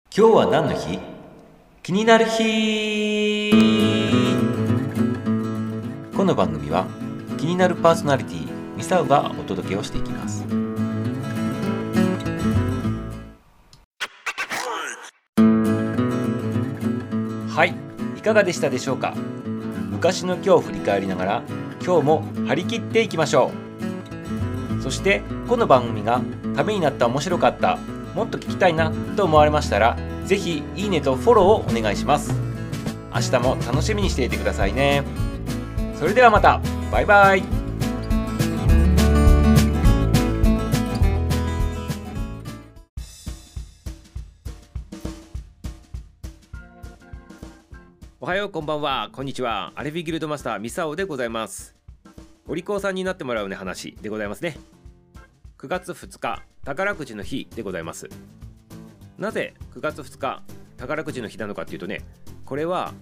今日は何の日？気になる日。この番組は気になるパーソナリティミサウがお届けをしていきます。はい、いかがでしたでしょうか。昔の今日を振り返りながら今日も張り切っていきましょう。そしてこの番組がためになった、面白かった、もっと聞きたいなと思われましたら、ぜひいいねとフォローをお願いします。明日も楽しみにしていてくださいね。それではまた、バイバイ。おはよう、こんばんは、こんにちは。アレフィギルドマスターミサオでございます。お利口さんになってもらうね話でございますね。9月2日宝くじの日でございます。なぜ9月2日宝くじの日なのかというとね、これは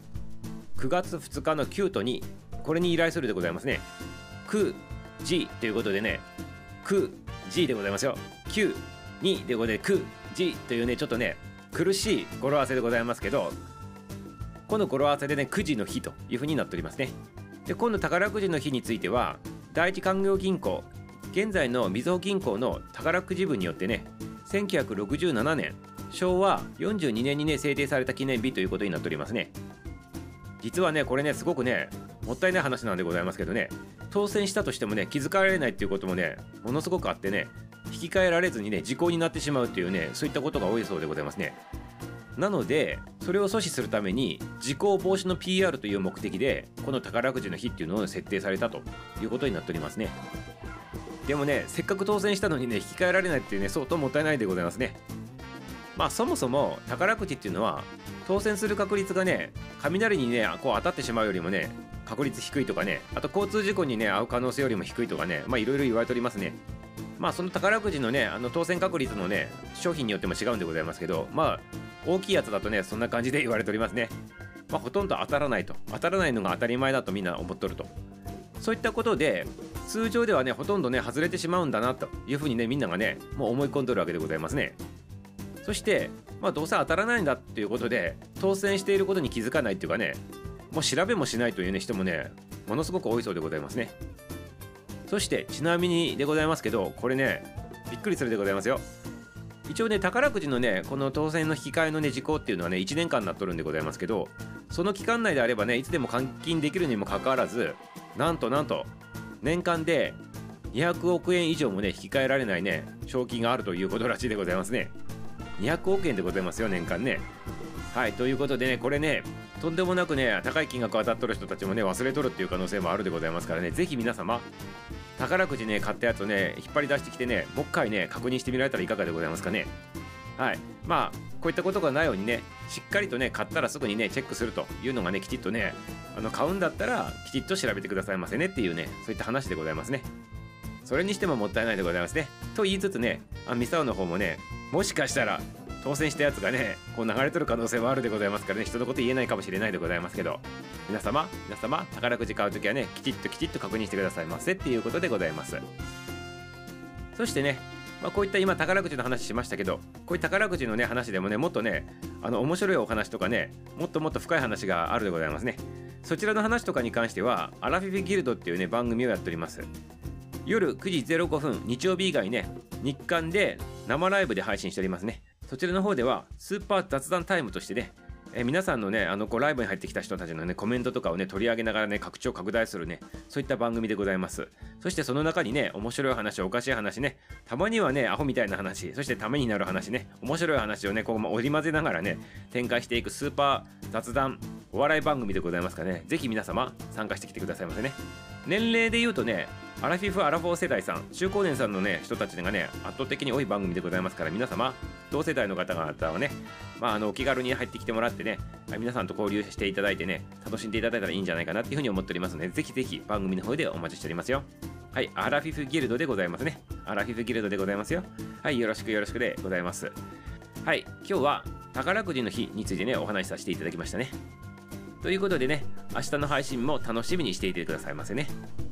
9月2日の9と2、これに依頼するでございますね。9時ということでね、9時でございますよ。9、2でございます。9時というね、ちょっとね苦しい語呂合わせでございますけど、この語呂合わせでね9時の日というふうになっておりますね。で、今度宝くじの日については第一勧業銀行、現在のみずほ銀行の宝くじ部によってね、1967年昭和42年にね制定された記念日ということになっておりますね。実はねこれねすごくねもったいない話なんでございますけどね、当選したとしてもね気づかれないっていうこともねものすごくあってね、引き換えられずにね時効になってしまうっていうね、そういったことが多いそうでございますね。なのでそれを阻止するために時効防止の PR という目的でこの宝くじの日っていうのを設定されたということになっておりますね。でもね、せっかく当選したのにね引き換えられないっていうね、相当もったいないでございますね。まあそもそも宝くじっていうのは当選する確率がね、雷にねこう当たってしまうよりもね確率低いとかね、あと交通事故にね遭う可能性よりも低いとかね、まあいろいろ言われておりますね。まあその宝くじのね当選確率のね商品によっても違うんでございますけど、まあ大きいやつだとねそんな感じで言われておりますね。まあほとんど当たらないと、当たらないのが当たり前だとみんな思っとると、そういったことで通常ではねほとんどね外れてしまうんだなというふうにねみんながねもう思い込んでるわけでございますね。そしてまあどうせ当たらないんだっていうことで当選していることに気づかないっていうかね、もう調べもしないというね人もねものすごく多いそうでございますね。そしてちなみにでございますけど、これねびっくりするでございますよ。一応ね宝くじのねこの当選の引き換えのね時効っていうのはね1年間になっとるんでございますけど、その期間内であればねいつでも換金できるにもかかわらず、なんと年間で200億円以上もね引き換えられないね賞金があるということらしいでございますね。200億円でございますよ、年間ね。はい、ということでね、これねとんでもなくね高い金額当たっとる人たちもね忘れとるっていう可能性もあるでございますからね、ぜひ皆様宝くじね買ったやつをね引っ張り出してきてね、もう一回ね確認してみられたらいかがでございますかね。はい、まあこういったことがないようにね、しっかりとね買ったらすぐにねチェックするというのがねきちっとね買うんだったらきちっと調べてくださいませねっていうね、そういった話でございますね。それにしてももったいないでございますね。と言いつつね、ミサオの方もねもしかしたら当選したやつがねこう流れとる可能性もあるでございますからね、人のこと言えないかもしれないでございますけど、皆様宝くじ買うときはねきちっと確認してくださいませっていうことでございます。そしてね、こういった今宝くじの話しましたけど、こういう宝くじのね話でもねもっとね面白いお話とかねもっと深い話があるでございますね。そちらの話とかに関してはアラフィフギルドっていうね番組をやっております。夜9時05分日曜日以外ね日刊で生ライブで配信しておりますね。そちらの方ではスーパー雑談タイムとしてね、皆さんのねこうライブに入ってきた人たちのねコメントとかをね取り上げながらね拡張拡大するね、そういった番組でございます。そしてその中にね面白い話、おかしい話ね、たまにはねアホみたいな話、そしてためになる話ね、面白い話をねこう織り交ぜながらね展開していくスーパー雑談お笑い番組でございますからね、ぜひ皆様参加してきてくださいませね。年齢で言うとねアラフィフ・アラフォー世代さん、中高年さんのね人たちがね圧倒的に多い番組でございますから、皆様同世代の方々はね、お気軽に入ってきてもらってね、皆さんと交流していただいてね楽しんでいただいたらいいんじゃないかなっていうふうに思っておりますので、ぜひぜひ番組の方でお待ちしておりますよ。はい、アラフィフギルドでございますね。アラフィフギルドでございますよ。はい、よろしくでございます。はい、今日は宝くじの日についてねお話しさせていただきましたね。ということでね、明日の配信も楽しみにしていてくださいませね。